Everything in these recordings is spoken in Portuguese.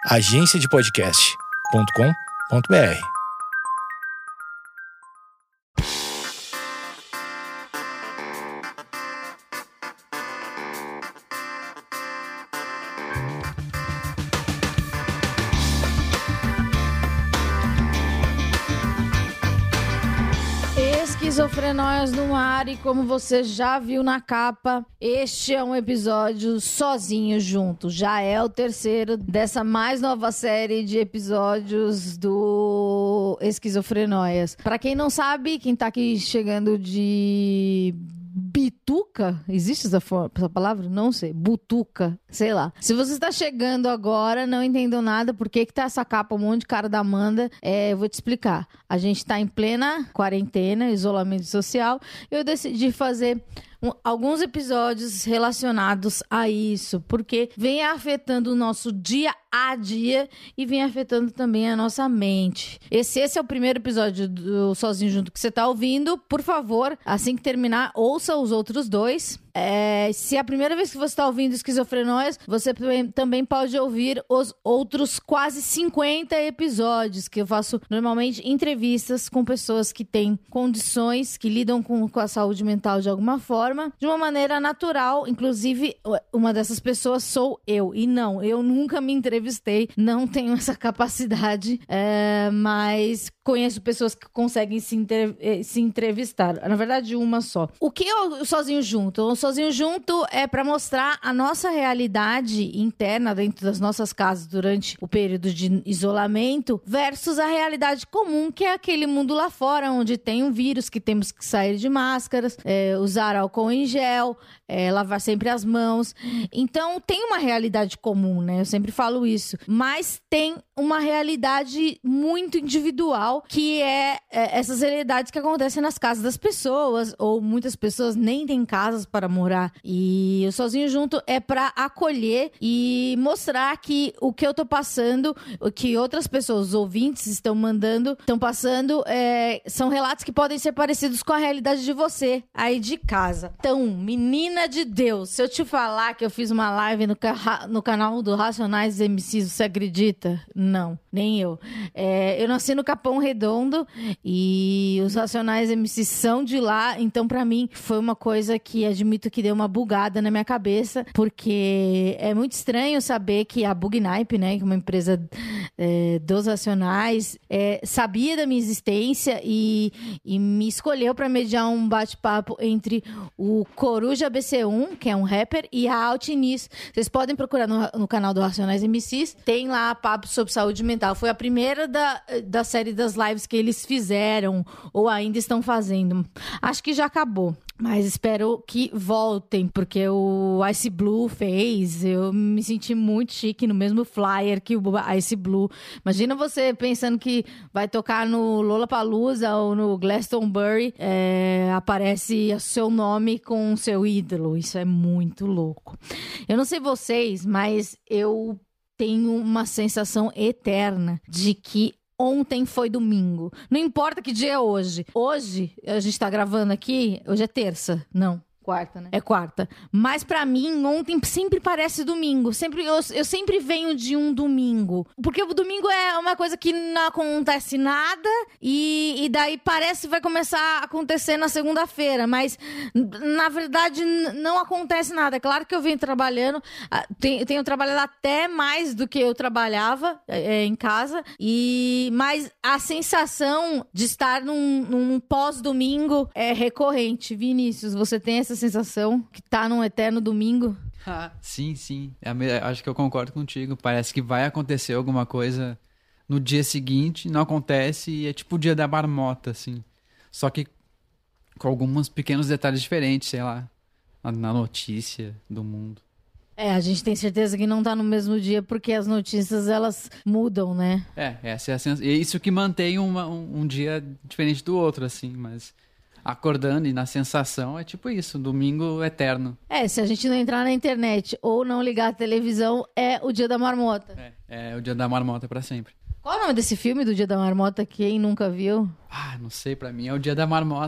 agenciadepodcast.com.br. Esquizofrenóias no ar, e como você já viu na capa, este é um episódio sozinho junto. Já é o terceiro dessa mais nova série de episódios do Esquizofrenóias. Pra quem não sabe, quem tá aqui chegando de Bituca, existe essa palavra? Não sei. Butuca, sei lá. Se você está chegando agora, não entendeu nada, por que tá essa capa, um monte de cara da Amanda, eu vou te explicar. A gente tá em plena quarentena, isolamento social, e eu decidi fazer alguns episódios relacionados a isso, porque vem afetando o nosso dia a dia e vem afetando também a nossa mente. Esse é o primeiro episódio do Sozinho Junto que você tá ouvindo. Por favor, assim que terminar, ouça os outros dois. Se é a primeira vez que você está ouvindo Esquizofrenóias, você também pode ouvir os outros quase 50 episódios, que eu faço normalmente entrevistas com pessoas que têm condições, que lidam com a saúde mental de alguma forma, de uma maneira natural. Inclusive, uma dessas pessoas sou eu. E não, eu nunca me entrevistei, não tenho essa capacidade, mas conheço pessoas que conseguem se entrevistar. Na verdade, uma só. O que é o Sozinho Junto? O Sozinho Junto é para mostrar a nossa realidade interna dentro das nossas casas durante o período de isolamento versus a realidade comum, que é aquele mundo lá fora, onde tem um vírus, que temos que sair de máscaras, usar álcool em gel, lavar sempre as mãos. Então, tem uma realidade comum, né? Eu sempre falo isso. Mas tem uma realidade muito individual, que é essas realidades que acontecem nas casas das pessoas, ou muitas pessoas nem têm casas para morar. E o Sozinho Junto é para acolher e mostrar que o que eu tô passando, o que outras pessoas, os ouvintes estão passando, são relatos que podem ser parecidos com a realidade de você aí de casa. Então, menina de Deus, se eu te falar que eu fiz uma live no canal do Racionais MCs, você acredita? Não, nem eu. Eu nasci no Capão Redondo e os Racionais MCs são de lá, então pra mim foi uma coisa que admito que deu uma bugada na minha cabeça, porque é muito estranho saber que a Bugnipe, né, que é uma empresa dos Racionais, sabia da minha existência e me escolheu pra mediar um bate-papo entre o Coruja BC1, que é um rapper, e a Altinis. Vocês podem procurar no canal do Racionais MCs, tem lá papo sobre saúde mental. Foi a primeira da série das lives que eles fizeram, ou ainda estão fazendo. Acho que já acabou, mas espero que voltem, porque o Ice Blue fez. Eu me senti muito chique no mesmo flyer que o Ice Blue. Imagina você pensando que vai tocar no Lollapalooza ou no Glastonbury, aparece o seu nome com o seu ídolo. Isso é muito louco. Eu não sei vocês, mas eu tenho uma sensação eterna de que ontem foi domingo. Não importa que dia é hoje. Hoje, a gente tá gravando aqui, hoje é terça. Não. Quarta, né? É quarta. Mas pra mim, ontem sempre parece domingo. Eu sempre venho de um domingo. Porque o domingo é uma coisa que não acontece nada e daí parece que vai começar a acontecer na segunda-feira. Mas, na verdade, não acontece nada. É claro que eu venho trabalhando. Tenho trabalhado até mais do que eu trabalhava em casa. Mas a sensação de estar num pós-domingo é recorrente. Vinícius, você tem essa sensação que tá num eterno domingo? Sim. Acho que eu concordo contigo. Parece que vai acontecer alguma coisa no dia seguinte, não acontece e é tipo o dia da marmota, assim. Só que com alguns pequenos detalhes diferentes, sei lá, na notícia do mundo. A gente tem certeza que não tá no mesmo dia, porque as notícias, elas mudam, né? Essa é isso que mantém um dia diferente do outro, assim, mas acordando e na sensação é tipo isso, domingo eterno. Se a gente não entrar na internet ou não ligar a televisão, é o dia da marmota. É o dia da marmota pra sempre. Qual é o nome desse filme do Dia da Marmota? Quem nunca viu? Não sei, pra mim é o Dia da Marmota.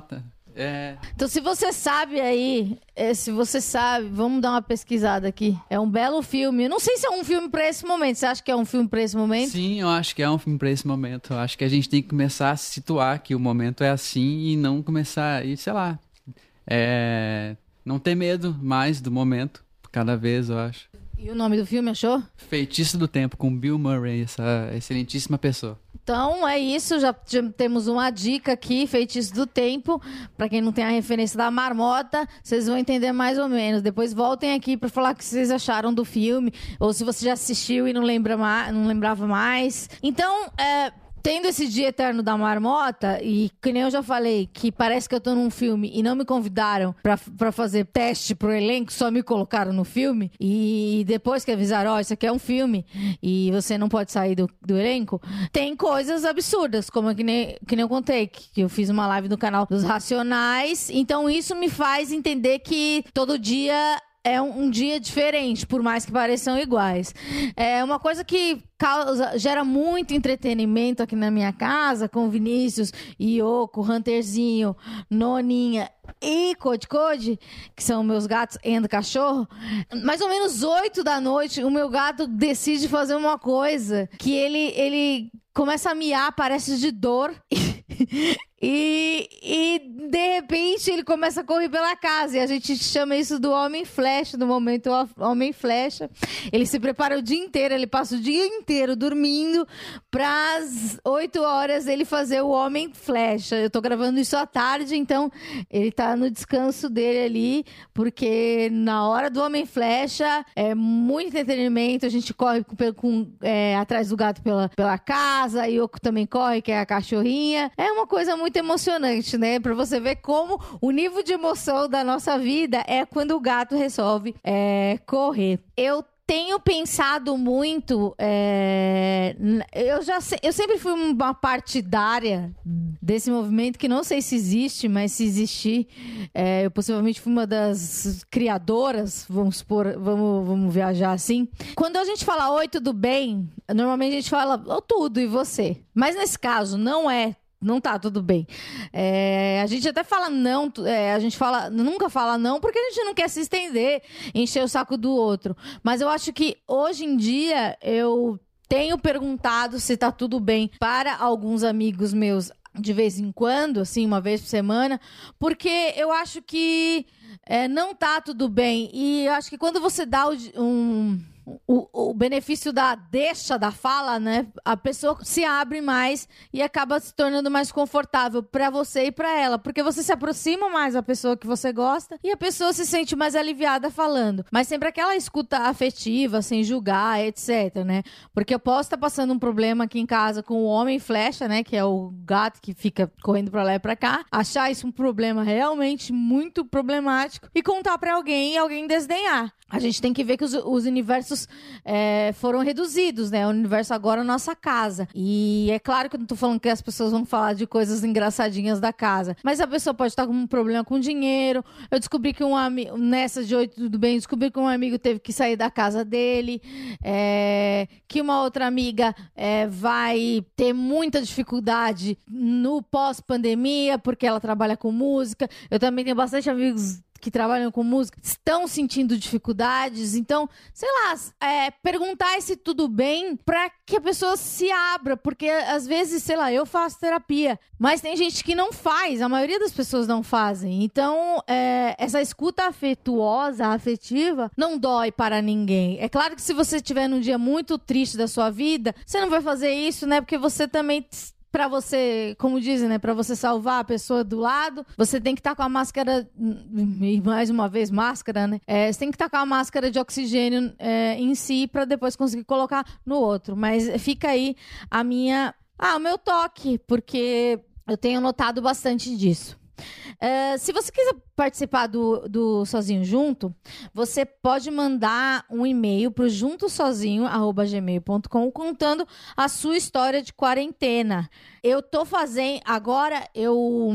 Então, se você sabe aí, vamos dar uma pesquisada aqui. É um belo filme. Eu não sei se é um filme pra esse momento. Você acha que é um filme pra esse momento? Sim, eu acho que é um filme pra esse momento. Eu acho que a gente tem que começar a se situar que o momento é assim e não começar, sei lá, não ter medo mais do momento, cada vez, eu acho. E o nome do filme, achou? Feitiço do Tempo, com Bill Murray, essa excelentíssima pessoa. Então é isso, já temos uma dica aqui, Feitiço do Tempo. Pra quem não tem a referência da marmota, vocês vão entender mais ou menos. Depois voltem aqui pra falar o que vocês acharam do filme, ou se você já assistiu e não lembrava mais. Então, tendo esse dia eterno da marmota, e que nem eu já falei, que parece que eu tô num filme e não me convidaram pra fazer teste pro elenco, só me colocaram no filme, e depois que avisaram, isso aqui é um filme e você não pode sair do elenco, tem coisas absurdas, como que nem eu contei, que eu fiz uma live no canal dos Racionais, então isso me faz entender que todo dia é um dia diferente, por mais que pareçam iguais. É uma coisa que gera muito entretenimento aqui na minha casa, com Vinícius, Yoko, Hunterzinho, Noninha e Code, que são meus gatos e cachorro. Mais ou menos 8 da noite, o meu gato decide fazer uma coisa que ele começa a miar, parece de dor. E de repente ele começa a correr pela casa. E a gente chama isso do Homem-Flecha, do momento Homem-Flecha. Ele se prepara o dia inteiro, ele passa o dia inteiro dormindo para as 8 horas ele fazer o Homem-Flecha. Eu tô gravando isso à tarde, então ele tá no descanso dele ali, porque na hora do Homem-Flecha é muito entretenimento. A gente corre atrás do gato pela casa, a Yoko também corre, que é a cachorrinha. É uma coisa muito emocionante, né? Pra você ver como o nível de emoção da nossa vida é quando o gato resolve correr. Eu tenho pensado muito. Eu sempre fui uma partidária desse movimento, que não sei se existe, mas se existir, eu possivelmente fui uma das criadoras. Vamos viajar assim. Quando a gente fala oi, tudo bem, normalmente a gente fala tudo e você. Mas nesse caso, não tá tudo bem. A gente até fala não, a gente nunca fala não, porque a gente não quer se estender, encher o saco do outro. Mas eu acho que hoje em dia eu tenho perguntado se tá tudo bem para alguns amigos meus de vez em quando, assim, uma vez por semana, porque eu acho que não tá tudo bem. E eu acho que quando você dá o benefício da deixa da fala, né? A pessoa se abre mais e acaba se tornando mais confortável pra você e pra ela, porque você se aproxima mais da pessoa que você gosta e a pessoa se sente mais aliviada falando, mas sempre aquela escuta afetiva, sem julgar, etc, né? Porque eu posso estar passando um problema aqui em casa com o Homem-Flecha, né? Que é o gato que fica correndo pra lá e pra cá, achar isso um problema realmente muito problemático e contar pra alguém e alguém desdenhar. A gente tem que ver que os universos foram reduzidos, né? O universo agora é a nossa casa. E é claro que eu não tô falando que as pessoas vão falar de coisas engraçadinhas da casa. Mas a pessoa pode estar com um problema com dinheiro. Eu descobri que nessa de Oi, tudo bem, descobri que um amigo teve que sair da casa dele. Que uma outra amiga vai ter muita dificuldade no pós-pandemia, porque ela trabalha com música. Eu também tenho bastante amigos que trabalham com música, estão sentindo dificuldades. Então, sei lá, perguntar se tudo bem pra que a pessoa se abra, porque às vezes, sei lá, eu faço terapia, mas tem gente que não faz, a maioria das pessoas não fazem. Então, essa escuta afetiva, não dói para ninguém. É claro que se você estiver num dia muito triste da sua vida, você não vai fazer isso, né? Porque você também... Pra você, como dizem, né? Pra você salvar a pessoa do lado, você tem que estar com a máscara, e mais uma vez, máscara, né? Você tem que estar com a máscara de oxigênio em si pra depois conseguir colocar no outro. Mas fica aí o meu toque, porque eu tenho notado bastante disso. Se você quiser participar do Sozinho Junto, você pode mandar um e-mail para o juntosozinho@gmail.com contando a sua história de quarentena. Eu tô fazendo... Agora eu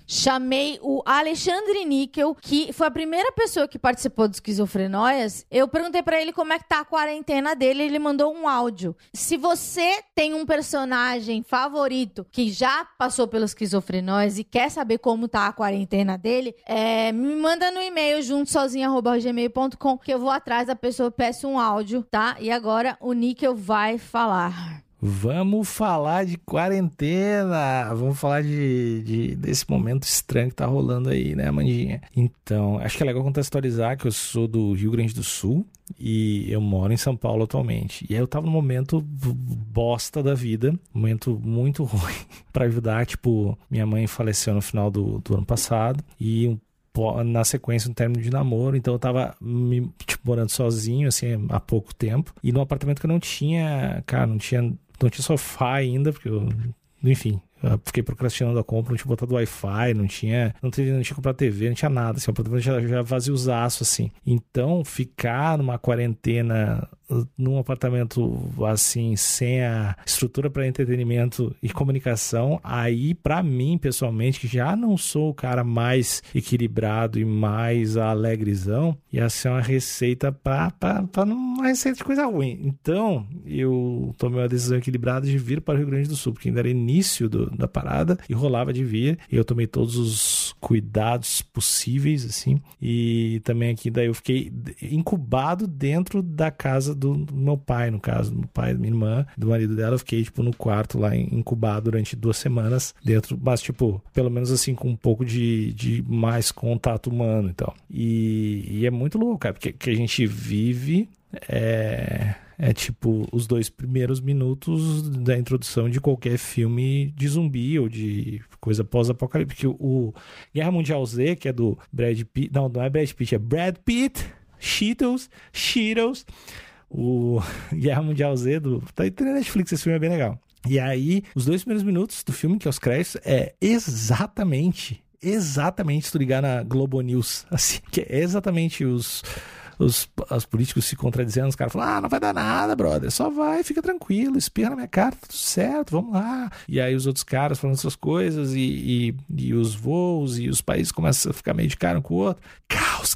chamei o Alexandre Níquel, que foi a primeira pessoa que participou do Esquizofrenóias. Eu perguntei pra ele como é que tá a quarentena dele, ele mandou um áudio. Se você tem um personagem favorito que já passou pelo Esquizofrenóias e quer saber como tá a quarentena dele, me manda no e-mail juntosozinho@gmail.com que eu vou atrás da pessoa, peço um áudio, tá? E agora o Níquel vai falar. Vamos falar de quarentena, vamos falar desse momento estranho que tá rolando aí, né, Amandinha? Então, acho que é legal contextualizar que eu sou do Rio Grande do Sul e eu moro em São Paulo atualmente. E aí eu tava num momento bosta da vida, momento muito ruim pra ajudar, tipo, minha mãe faleceu no final do ano passado e na sequência um término de namoro, então eu tava morando sozinho, assim, há pouco tempo, e num apartamento que eu não tinha, cara, não tinha sofá ainda, porque enfim, eu fiquei procrastinando a compra, não tinha botado Wi-Fi, não tinha comprado TV, não tinha nada, assim, o apartamento já vaziozaço, assim. Então, ficar numa quarentena num apartamento assim, sem a estrutura para entretenimento e comunicação, aí pra mim, pessoalmente, que já não sou o cara mais equilibrado e mais alegrezão, ia ser uma receita pra uma receita de coisa ruim. Então, eu tomei uma decisão equilibrada de vir para o Rio Grande do Sul, porque ainda era início da parada e rolava de vir, e eu tomei todos os cuidados possíveis, assim, e também aqui, daí eu fiquei incubado dentro da casa do meu pai, no caso, do pai da minha irmã, do marido dela. Eu fiquei, tipo, no quarto lá, incubado durante 2 semanas dentro, mas, tipo, pelo menos assim, com um pouco de mais contato humano e tal. E é muito louco, cara, porque que a gente vive é tipo os 2 primeiros minutos da introdução de qualquer filme de zumbi ou de coisa pós-apocalíptica. O Guerra Mundial Z, que é do Brad Pitt, não é Brad Pitt, é Brad Pitt, Cheetos. O Guerra Mundial Z tá aí na Netflix, esse filme é bem legal. E aí, os 2 primeiros minutos do filme, que é os créditos, é exatamente se tu ligar na Globo News, assim, que é exatamente os políticos se contradizendo, os caras falam, não vai dar nada, brother, só vai, fica tranquilo, espirra na minha cara, tá tudo certo, vamos lá. E aí os outros caras falando essas coisas e os voos e os países começam a ficar meio de cara um com o outro. Caos.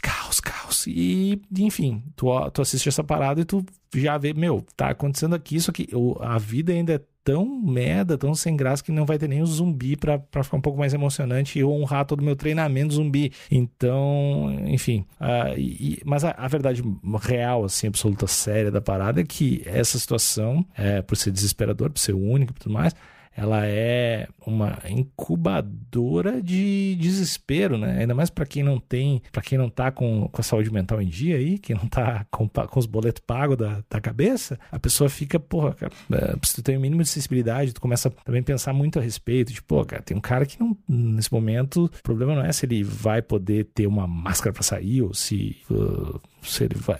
E, enfim, tu assiste essa parada e tu já vê, tá acontecendo aqui, isso aqui, a vida ainda é tão merda, tão sem graça, que não vai ter nem o zumbi pra ficar um pouco mais emocionante e honrar todo o meu treinamento zumbi. Então, enfim. Mas a verdade real, assim, absoluta, séria da parada é que essa situação, por ser desesperador, por ser única e tudo mais, ela é uma incubadora de desespero, né? Ainda mais para quem não tá com a saúde mental em dia aí, quem não tá com os boletos pagos da cabeça, a pessoa fica, cara, se tu tem o mínimo de sensibilidade, tu começa também a pensar muito a respeito, tipo, cara, tem um cara que não, nesse momento, o problema não é se ele vai poder ter uma máscara para sair, ou se ele vai...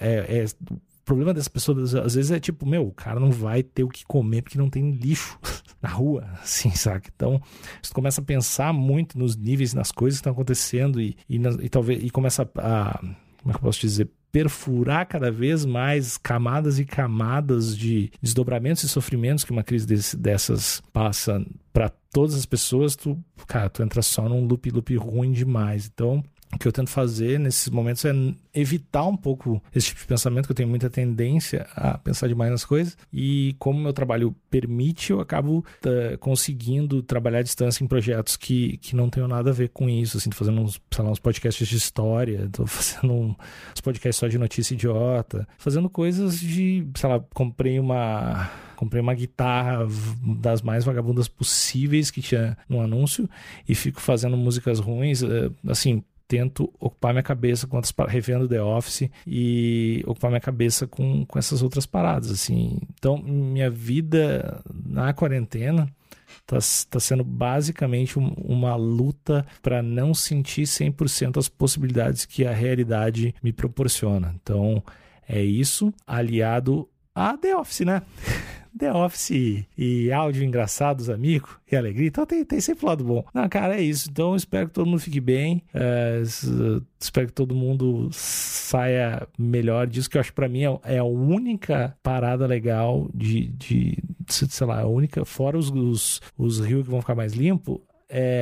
O problema dessas pessoas, às vezes, é tipo, o cara não vai ter o que comer porque não tem lixo na rua, assim, sabe? Então, você começa a pensar muito nos níveis, nas coisas que estão acontecendo e talvez começa a, como é que eu posso dizer, perfurar cada vez mais camadas e camadas de desdobramentos e sofrimentos que uma crise dessas passa para todas as pessoas. Tu entra só num loop ruim demais. Então, o que eu tento fazer nesses momentos é evitar um pouco esse tipo de pensamento, que eu tenho muita tendência a pensar demais nas coisas, e como meu trabalho permite, eu acabo conseguindo trabalhar à distância em projetos que não tenham nada a ver com isso, assim, tô fazendo uns podcasts de história, tô fazendo uns podcasts só de notícia idiota, fazendo coisas de, comprei uma guitarra das mais vagabundas possíveis que tinha no anúncio e fico fazendo músicas ruins, assim, tento ocupar minha cabeça revendo The Office e ocupar minha cabeça com essas outras paradas, assim. Então, minha vida na quarentena tá sendo basicamente uma luta para não sentir 100% as possibilidades que a realidade me proporciona. Então, é isso, aliado a The Office, né? The Office e áudio engraçados, amigos, e alegria. Então tem sempre o lado bom. Não, cara, é isso. Então espero que todo mundo fique bem. Espero que todo mundo saia melhor disso, que eu acho que pra mim é a única parada legal sei lá, a única, fora os rios que vão ficar mais limpos, é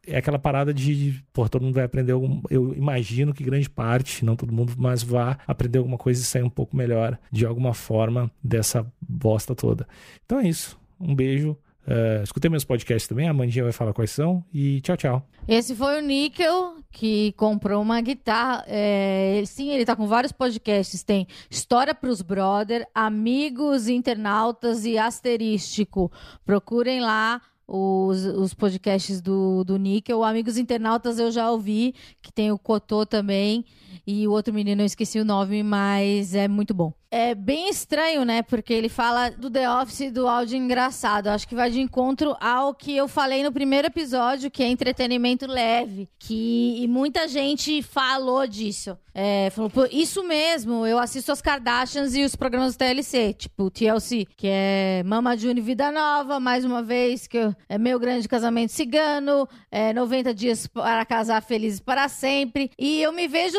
é aquela parada de, pô, todo mundo vai aprender eu imagino que grande parte, não todo mundo, mas vá aprender alguma coisa e sair um pouco melhor de alguma forma dessa bosta toda. Então é isso. Um beijo. Escutei meus podcasts também, a Amandinha vai falar quais são e tchau, tchau. Esse foi o Níquel, que comprou uma guitarra. Ele tá com vários podcasts. Tem História pros Brother, Amigos Internautas e Asterístico. Procurem lá os podcasts do Níquel. Amigos Internautas eu já ouvi, que tem o Cotô também. E o outro menino, eu esqueci o nome, mas é muito bom. É bem estranho, né? Porque ele fala do The Office e do áudio engraçado. Acho que vai de encontro ao que eu falei no primeiro episódio, que é entretenimento leve. E muita gente falou disso. Falou, pô, isso mesmo, eu assisto as Kardashians e os programas do TLC. Tipo, TLC, que é Mama June Vida Nova, mais uma vez, que é Meu Grande Casamento Cigano, 90 Dias para Casar Felizes para Sempre. E eu me vejo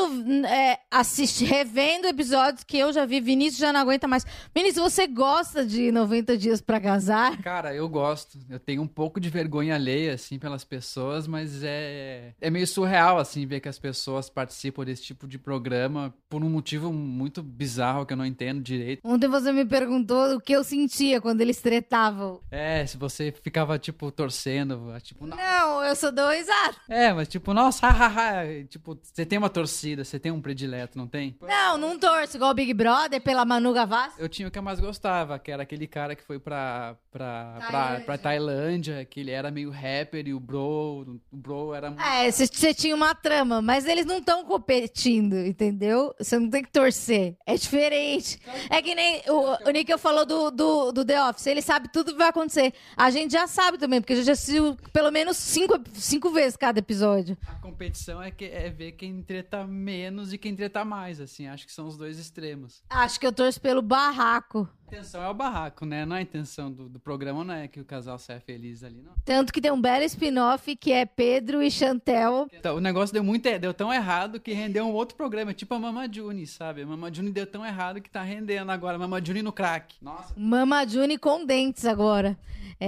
revendo episódios que eu já vi. Vinícius já não aguenta mais. Vinícius, você gosta de 90 Dias pra Casar? Cara, eu gosto. Eu tenho um pouco de vergonha alheia, assim, pelas pessoas, mas é meio surreal, assim, ver que as pessoas participam desse tipo de programa por um motivo muito bizarro que eu não entendo direito. Ontem você me perguntou o que eu sentia quando eles tretavam. Se você ficava, tipo, torcendo, tipo... Não, eu sou do risada. Mas tipo, nossa, hahaha. Tipo, você tem uma torcida, você tem um predileto, não tem? Não torço igual o Big Brother pela Manu Gavassi. Eu tinha o que eu mais gostava, que era aquele cara que foi pra Tailândia, que ele era meio rapper e o bro era... Você tinha uma trama, mas eles não estão competindo, entendeu? Você não tem que torcer. É diferente. É que nem o Níquel falou do The Office. Ele sabe tudo que vai acontecer. A gente já sabe também, porque a gente já assistiu pelo menos 5 vezes cada episódio. A competição é ver quem treta menos e quem treta mais, assim. Acho que são os dois extremos. Acho que eu torço pelo barraco. A intenção é o barraco, né? Não é a intenção do programa, não é que o casal saia feliz ali, não. Tanto que tem um belo spin-off que é Pedro e Chantel. Então, o negócio deu tão errado que rendeu um outro programa, tipo a Mama June, sabe? A Mama June deu tão errado que tá rendendo agora. Mama June no crack. Nossa. Mama June com dentes agora.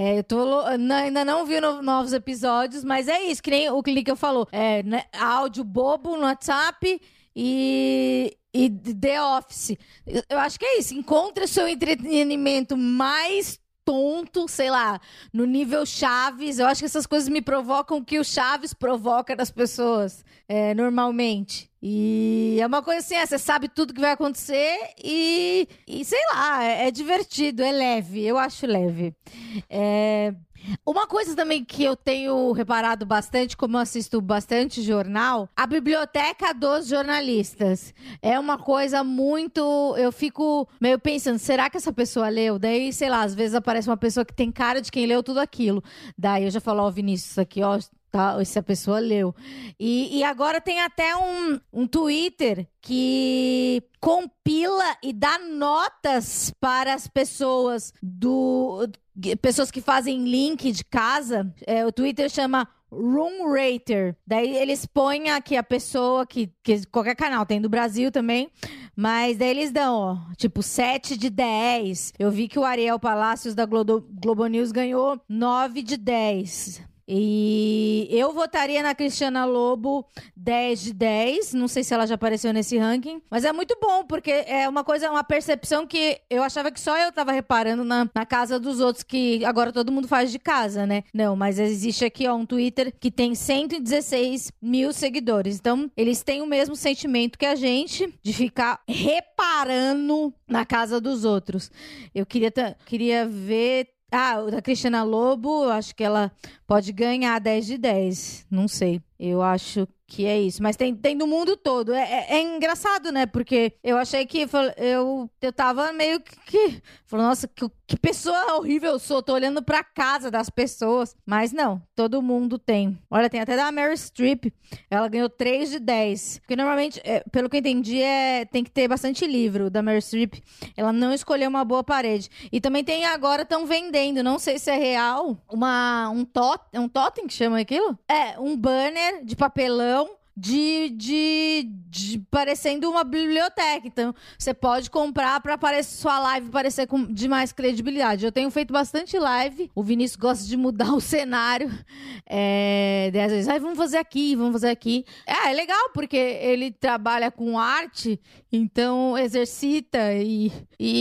Ainda não vi novos episódios, mas é isso, que nem o Níquel falou. Né, áudio bobo no WhatsApp e The Office. Eu acho que é isso. Encontre o seu entretenimento mais tonto, sei lá, no nível Chaves. Eu acho que essas coisas me provocam o que o Chaves provoca nas pessoas, normalmente. E é uma coisa assim, você sabe tudo que vai acontecer e sei lá, é divertido, é leve. Eu acho leve. Uma coisa também que eu tenho reparado bastante, como eu assisto bastante jornal, a biblioteca dos jornalistas. É uma coisa muito... Eu fico meio pensando, será que essa pessoa leu? Daí, sei lá, às vezes aparece uma pessoa que tem cara de quem leu tudo aquilo. Daí eu já falo, ó, Vinícius, isso aqui, ó... Tá, essa pessoa leu. E agora tem até um Twitter que compila e dá notas para as pessoas pessoas que fazem link de casa. O Twitter chama Room Rater. Daí eles põem aqui a pessoa que qualquer canal tem do Brasil também. Mas daí eles dão, ó, tipo 7 de 10. Eu vi que o Ariel Palacios da Globo News ganhou 9 de 10. E eu votaria na Cristiana Lobo 10 de 10. Não sei se ela já apareceu nesse ranking. Mas é muito bom, porque é uma percepção que eu achava que só eu tava reparando na casa dos outros, que agora todo mundo faz de casa, né? Não, mas existe aqui, ó, um Twitter que tem 116 mil seguidores. Então, eles têm o mesmo sentimento que a gente de ficar reparando na casa dos outros. Eu queria ver... da Cristiana Lobo, eu acho que ela pode ganhar 10 de 10. Não sei. Eu acho que é isso. Mas tem do mundo todo. É engraçado, né? Porque eu achei que... Eu tava meio que... Falei, nossa, que pessoa horrível eu sou. Tô olhando pra casa das pessoas. Mas não, todo mundo tem. Olha, tem até da Meryl Streep. Ela ganhou 3 de 10. Porque normalmente, pelo que eu entendi, tem que ter bastante livro da Meryl Streep. Ela não escolheu uma boa parede. E também tem agora, estão vendendo, não sei se é real, um totem que chama aquilo? Um banner de papelão de parecendo uma biblioteca. Então, você pode comprar pra sua live parecer de mais credibilidade. Eu tenho feito bastante live. O Vinícius gosta de mudar o cenário. Às vezes, vamos fazer aqui, vamos fazer aqui. É legal, porque ele trabalha com arte, então exercita e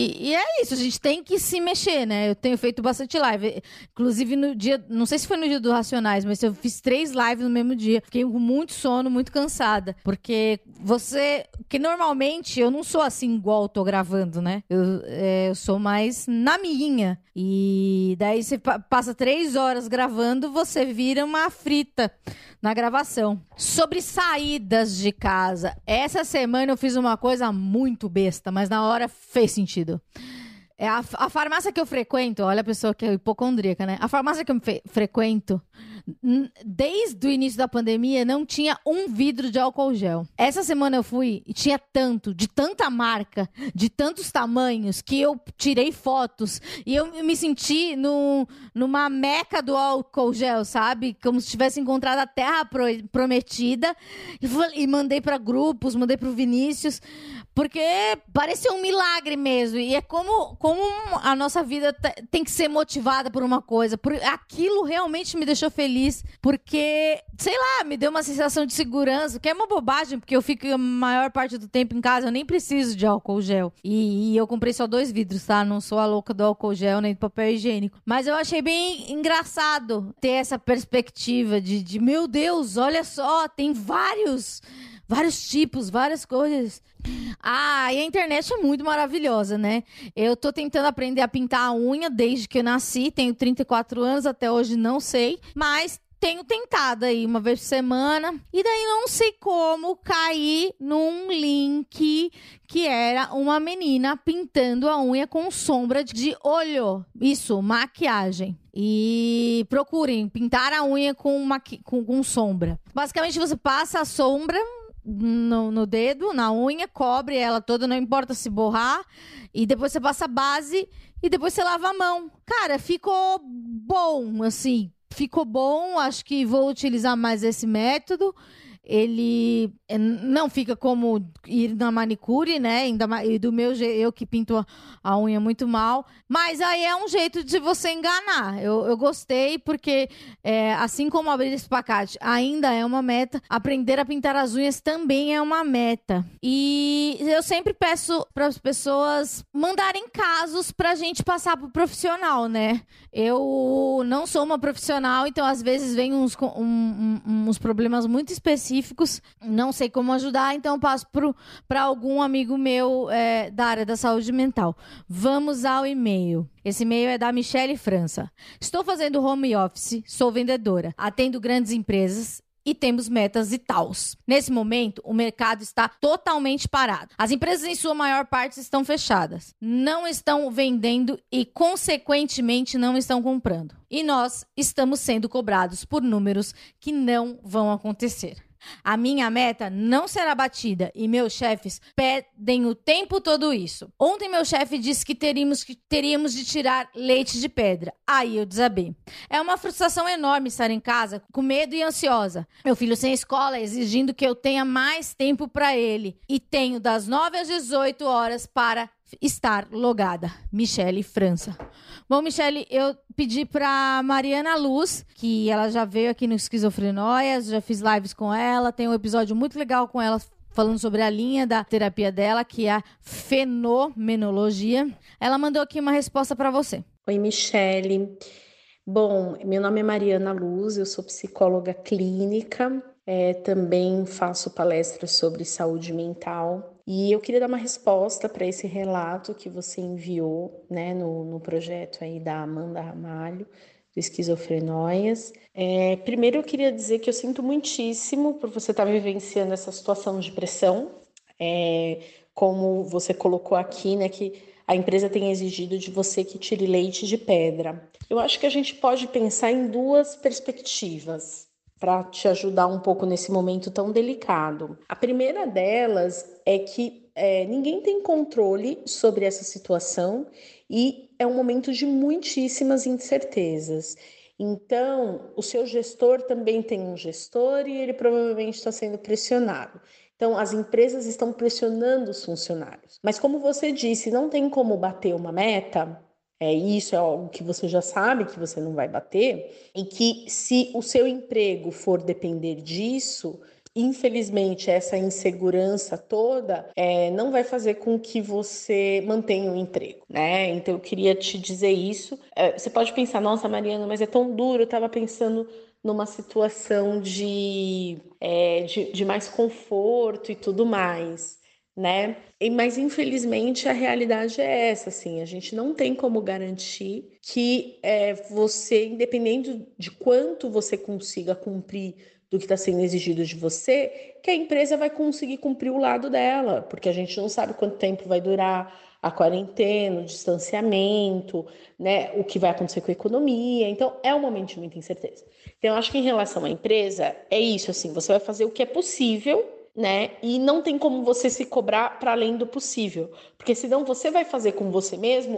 é isso. A gente tem que se mexer, né? Eu tenho feito bastante live. Inclusive, no dia... Não sei se foi no dia do Racionais, mas eu fiz 3 lives no mesmo dia. Fiquei com muito sono, muito cansada. Porque que normalmente eu não sou assim igual eu tô gravando, né? Eu sou mais na minha. E daí você passa 3 horas gravando, você vira uma frita na gravação. Sobre saídas de casa. Essa semana eu fiz uma coisa muito besta, mas na hora fez sentido. A farmácia que eu frequento, olha a pessoa que é hipocondríaca, né? A farmácia que eu frequento, desde o início da pandemia, não tinha um vidro de álcool gel. Essa semana eu fui e tinha de tanta marca, de tantos tamanhos, que eu tirei fotos e eu me senti numa meca do álcool gel, sabe? Como se tivesse encontrado a terra prometida e mandei para grupos, mandei pro Vinícius, porque parecia um milagre mesmo. E é como a nossa vida tem que ser motivada por uma coisa. Aquilo realmente me deixou feliz, porque, sei lá, me deu uma sensação de segurança, que é uma bobagem, porque eu fico a maior parte do tempo em casa, eu nem preciso de álcool gel. E eu comprei só 2 vidros, tá? Não sou a louca do álcool gel nem do papel higiênico. Mas eu achei bem engraçado ter essa perspectiva de meu Deus, olha só, tem vários tipos, várias coisas. E a internet é muito maravilhosa, né? Eu tô tentando aprender a pintar a unha desde que eu nasci, tenho 34 anos, até hoje não sei, mas tenho tentado aí uma vez por semana, e daí não sei como caí num link que era uma menina pintando a unha com sombra de olho. Isso, maquiagem. E procurem pintar a unha com sombra. Basicamente você passa a sombra no dedo, na unha, cobre ela toda, não importa se borrar, e depois você passa a base e depois você lava a mão. Cara, ficou bom, assim, ficou bom, acho que vou utilizar mais esse método. Ele não fica como ir na manicure, né? E do meu jeito, eu que pinto a unha muito mal. Mas aí é um jeito de você enganar. Eu gostei porque, assim como abrir esse pacote ainda é uma meta, aprender a pintar as unhas também é uma meta. E eu sempre peço para as pessoas mandarem casos pra gente passar pro profissional, né? Eu não sou uma profissional, então às vezes vem uns problemas muito específicos, não sei como ajudar, então eu passo para algum amigo meu da área da saúde mental. Vamos ao e-mail. Esse e-mail é da Michele França. Estou fazendo home office, sou vendedora, atendo grandes empresas e temos metas e tals. Nesse momento, o mercado está totalmente parado. As empresas, em sua maior parte, estão fechadas. Não estão vendendo e, consequentemente, não estão comprando. E nós estamos sendo cobrados por números que não vão acontecer. A minha meta não será batida e meus chefes pedem o tempo todo isso. Ontem meu chefe disse que teríamos de tirar leite de pedra. Aí eu desabei. É uma frustração enorme estar em casa com medo e ansiosa. Meu filho sem escola exigindo que eu tenha mais tempo para ele. E tenho das 9 às 18 horas para estar logada. Michele França. Bom, Michele, eu pedi para Mariana Luz, que ela já veio aqui no Esquizofrenóias, já fiz lives com ela, tem um episódio muito legal com ela falando sobre a linha da terapia dela, que é a fenomenologia. Ela mandou aqui uma resposta para você. Oi, Michele. Bom, meu nome é Mariana Luz, eu sou psicóloga clínica, também faço palestras sobre saúde mental. E eu queria dar uma resposta para esse relato que você enviou, né, no projeto aí da Amanda Ramalho, do Esquizofrenóias. Primeiro eu queria dizer que eu sinto muitíssimo por você estar vivenciando essa situação de pressão, como você colocou aqui, né, que a empresa tem exigido de você que tire leite de pedra. Eu acho que a gente pode pensar em 2 perspectivas para te ajudar um pouco nesse momento tão delicado. A primeira delas é que ninguém tem controle sobre essa situação e é um momento de muitíssimas incertezas. Então, o seu gestor também tem um gestor e ele provavelmente está sendo pressionado. Então, as empresas estão pressionando os funcionários. Mas, como você disse, não tem como bater uma meta. Isso é algo que você já sabe que você não vai bater, e que se o seu emprego for depender disso, infelizmente essa insegurança toda não vai fazer com que você mantenha o emprego, né? Então eu queria te dizer isso. Você pode pensar, nossa, Mariana, mas é tão duro, eu estava pensando numa situação de mais conforto e tudo mais, né? Mas infelizmente a realidade é essa, assim, a gente não tem como garantir que você, independente de quanto você consiga cumprir do que está sendo exigido de você, que a empresa vai conseguir cumprir o lado dela, porque a gente não sabe quanto tempo vai durar a quarentena, o distanciamento, né? O que vai acontecer com a economia. Então, é um momento de muita incerteza. Então, eu acho que em relação à empresa, é isso, assim, você vai fazer o que é possível, né? E não tem como você se cobrar para além do possível, porque senão você vai fazer com você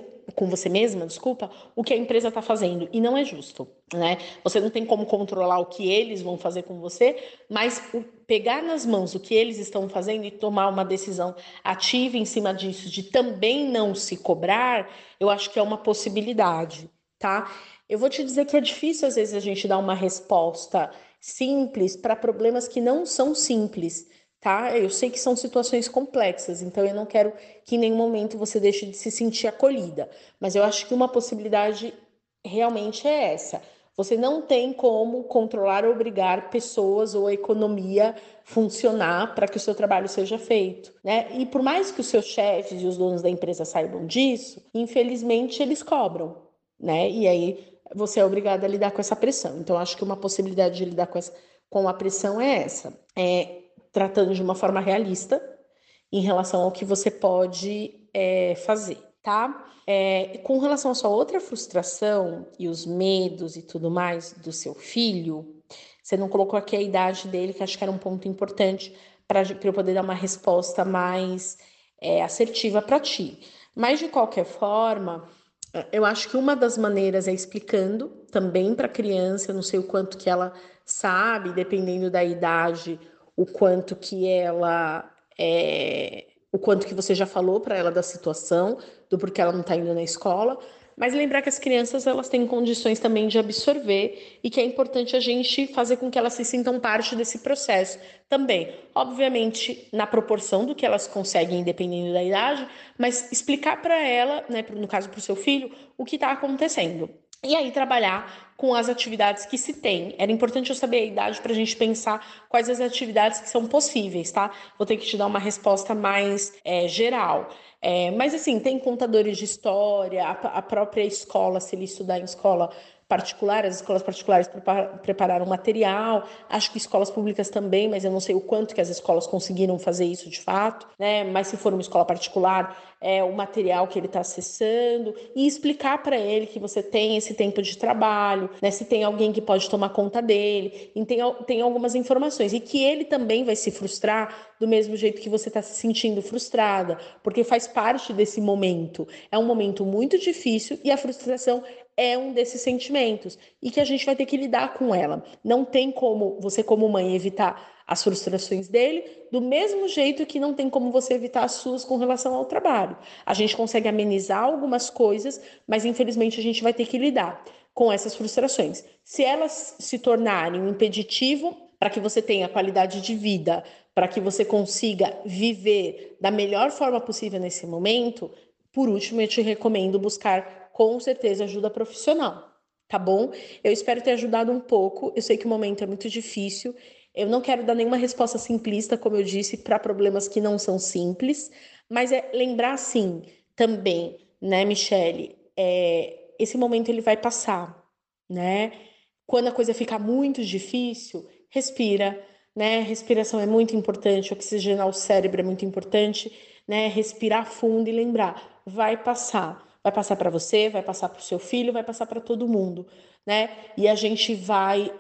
mesma, desculpa, o que a empresa está fazendo, e não é justo, né? Você não tem como controlar o que eles vão fazer com você, mas pegar nas mãos o que eles estão fazendo e tomar uma decisão ativa em cima disso, de também não se cobrar, eu acho que é uma possibilidade, tá? Eu vou te dizer que é difícil às vezes a gente dar uma resposta simples para problemas que não são simples, tá? Eu sei que são situações complexas, então eu não quero que em nenhum momento você deixe de se sentir acolhida, mas eu acho que uma possibilidade realmente é essa. Você não tem como controlar ou obrigar pessoas ou a economia funcionar para que o seu trabalho seja feito, né? E por mais que os seus chefes e os donos da empresa saibam disso, infelizmente eles cobram, né? E aí você é obrigado a lidar com essa pressão. Então, acho que uma possibilidade de lidar com a pressão é essa. Tratando de uma forma realista em relação ao que você pode fazer, tá? Com relação à sua outra frustração e os medos e tudo mais do seu filho, você não colocou aqui a idade dele, que acho que era um ponto importante para eu poder dar uma resposta mais assertiva para ti. Mas, de qualquer forma, eu acho que uma das maneiras é explicando também para a criança, eu não sei o quanto que ela sabe, dependendo da idade, o quanto que o quanto que você já falou para ela da situação, do porquê ela não está indo na escola, mas lembrar que as crianças elas têm condições também de absorver e que é importante a gente fazer com que elas se sintam parte desse processo também. Obviamente, na proporção do que elas conseguem, dependendo da idade, mas explicar para ela, né, no caso para o seu filho, o que está acontecendo. E aí trabalhar com as atividades que se tem. Era importante eu saber a idade para a gente pensar quais as atividades que são possíveis, tá? Vou ter que te dar uma resposta mais geral. Mas assim, tem contadores de história, a própria escola, se ele estudar em escola particular, as escolas particulares prepararam material, acho que escolas públicas também, mas eu não sei o quanto que as escolas conseguiram fazer isso de fato, né? Mas se for uma escola particular, o material que ele está acessando e explicar para ele que você tem esse tempo de trabalho, né? Se tem alguém que pode tomar conta dele, e tem algumas informações, e que ele também vai se frustrar do mesmo jeito que você está se sentindo frustrada, porque faz parte desse momento. É um momento muito difícil e a frustração é um desses sentimentos e que a gente vai ter que lidar com ela. Não tem como você, como mãe, evitar as frustrações dele, do mesmo jeito que não tem como você evitar as suas com relação ao trabalho. A gente consegue amenizar algumas coisas, mas infelizmente a gente vai ter que lidar com essas frustrações. Se elas se tornarem um impeditivo para que você tenha qualidade de vida, para que você consiga viver da melhor forma possível nesse momento, por último, eu te recomendo buscar, com certeza, ajuda profissional, tá bom? Eu espero ter ajudado um pouco. Eu sei que o momento é muito difícil. Eu não quero dar nenhuma resposta simplista, como eu disse, para problemas que não são simples, mas lembrar, sim, também, né, Michele, esse momento ele vai passar, né? Quando a coisa ficar muito difícil, respira, né? Respiração é muito importante, oxigenar o cérebro é muito importante, né? Respirar fundo e lembrar, vai passar. Vai passar para você, vai passar para o seu filho, vai passar para todo mundo, né? E a gente vai,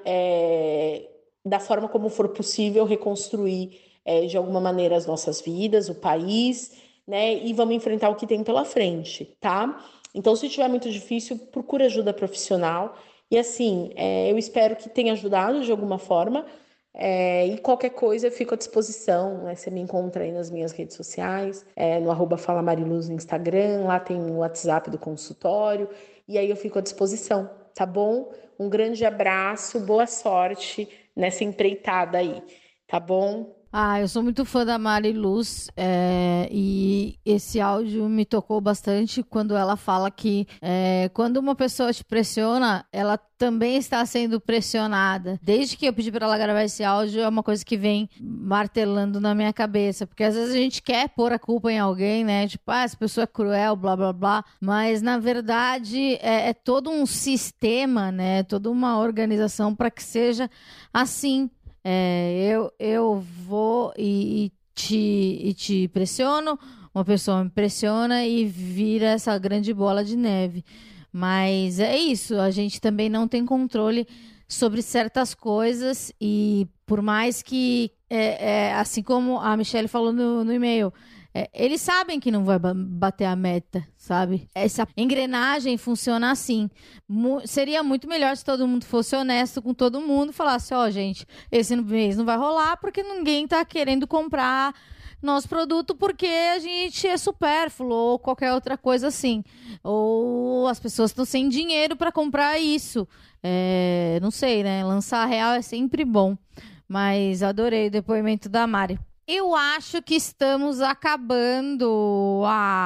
da forma como for possível, reconstruir de alguma maneira as nossas vidas, o país, né? E vamos enfrentar o que tem pela frente, tá? Então, se tiver muito difícil, procura ajuda profissional E assim, eu espero que tenha ajudado de alguma forma. E qualquer coisa eu fico à disposição, né? Você me encontra aí nas minhas redes sociais, no @falamariluz no Instagram, lá tem o WhatsApp do consultório, e aí eu fico à disposição, tá bom? Um grande abraço, boa sorte nessa empreitada aí, tá bom? Eu sou muito fã da Mari Luz, e esse áudio me tocou bastante quando ela fala que quando uma pessoa te pressiona, ela também está sendo pressionada. Desde que eu pedi para ela gravar esse áudio, é uma coisa que vem martelando na minha cabeça, porque às vezes a gente quer pôr a culpa em alguém, né? Tipo, essa pessoa é cruel, blá, blá, blá, mas na verdade é todo um sistema, né? Toda uma organização para que seja assim. Eu vou e te pressiono, uma pessoa me pressiona e vira essa grande bola de neve. Mas é isso, a gente também não tem controle sobre certas coisas e por mais que, assim como a Michelle falou no e-mail, eles sabem que não vai bater a meta, sabe? Essa engrenagem funciona assim. Seria muito melhor se todo mundo fosse honesto com todo mundo e falasse, gente, esse mês não vai rolar porque ninguém tá querendo comprar nosso produto porque a gente é supérfluo ou qualquer outra coisa assim. Ou as pessoas estão sem dinheiro para comprar isso. Não sei, né? Lançar real é sempre bom. Mas adorei o depoimento da Mari. Eu acho que estamos acabando.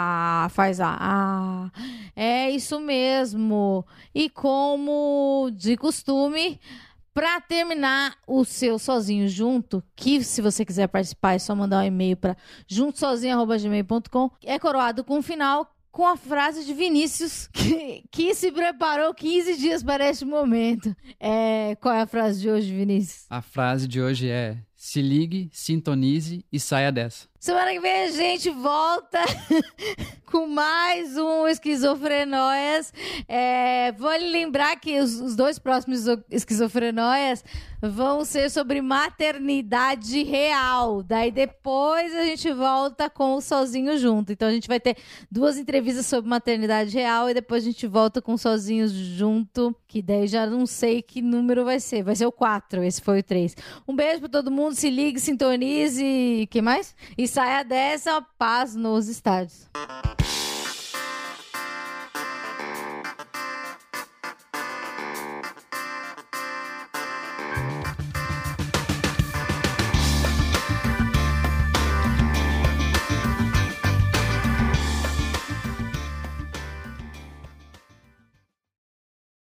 É isso mesmo. E como de costume, para terminar o seu Sozinho Junto, que se você quiser participar é só mandar um e-mail para juntosozinho@gmail.com, é coroado com um final com a frase de Vinícius, que se preparou 15 dias para este momento. Qual é a frase de hoje, Vinícius? A frase de hoje é: se ligue, sintonize e saia dessa. Semana que vem a gente volta com mais um Esquizofrenóias. Vou lhe lembrar que os dois próximos Esquizofrenóias vão ser sobre maternidade real. Daí depois a gente volta com o Sozinho Junto. Então a gente vai ter 2 entrevistas sobre maternidade real e depois a gente volta com o Sozinho Junto, que daí já não sei que número vai ser. Vai ser o 4, esse foi o 3. Um beijo pra todo mundo, se ligue, sintonize, que mais? E saia dessa, paz nos estádios.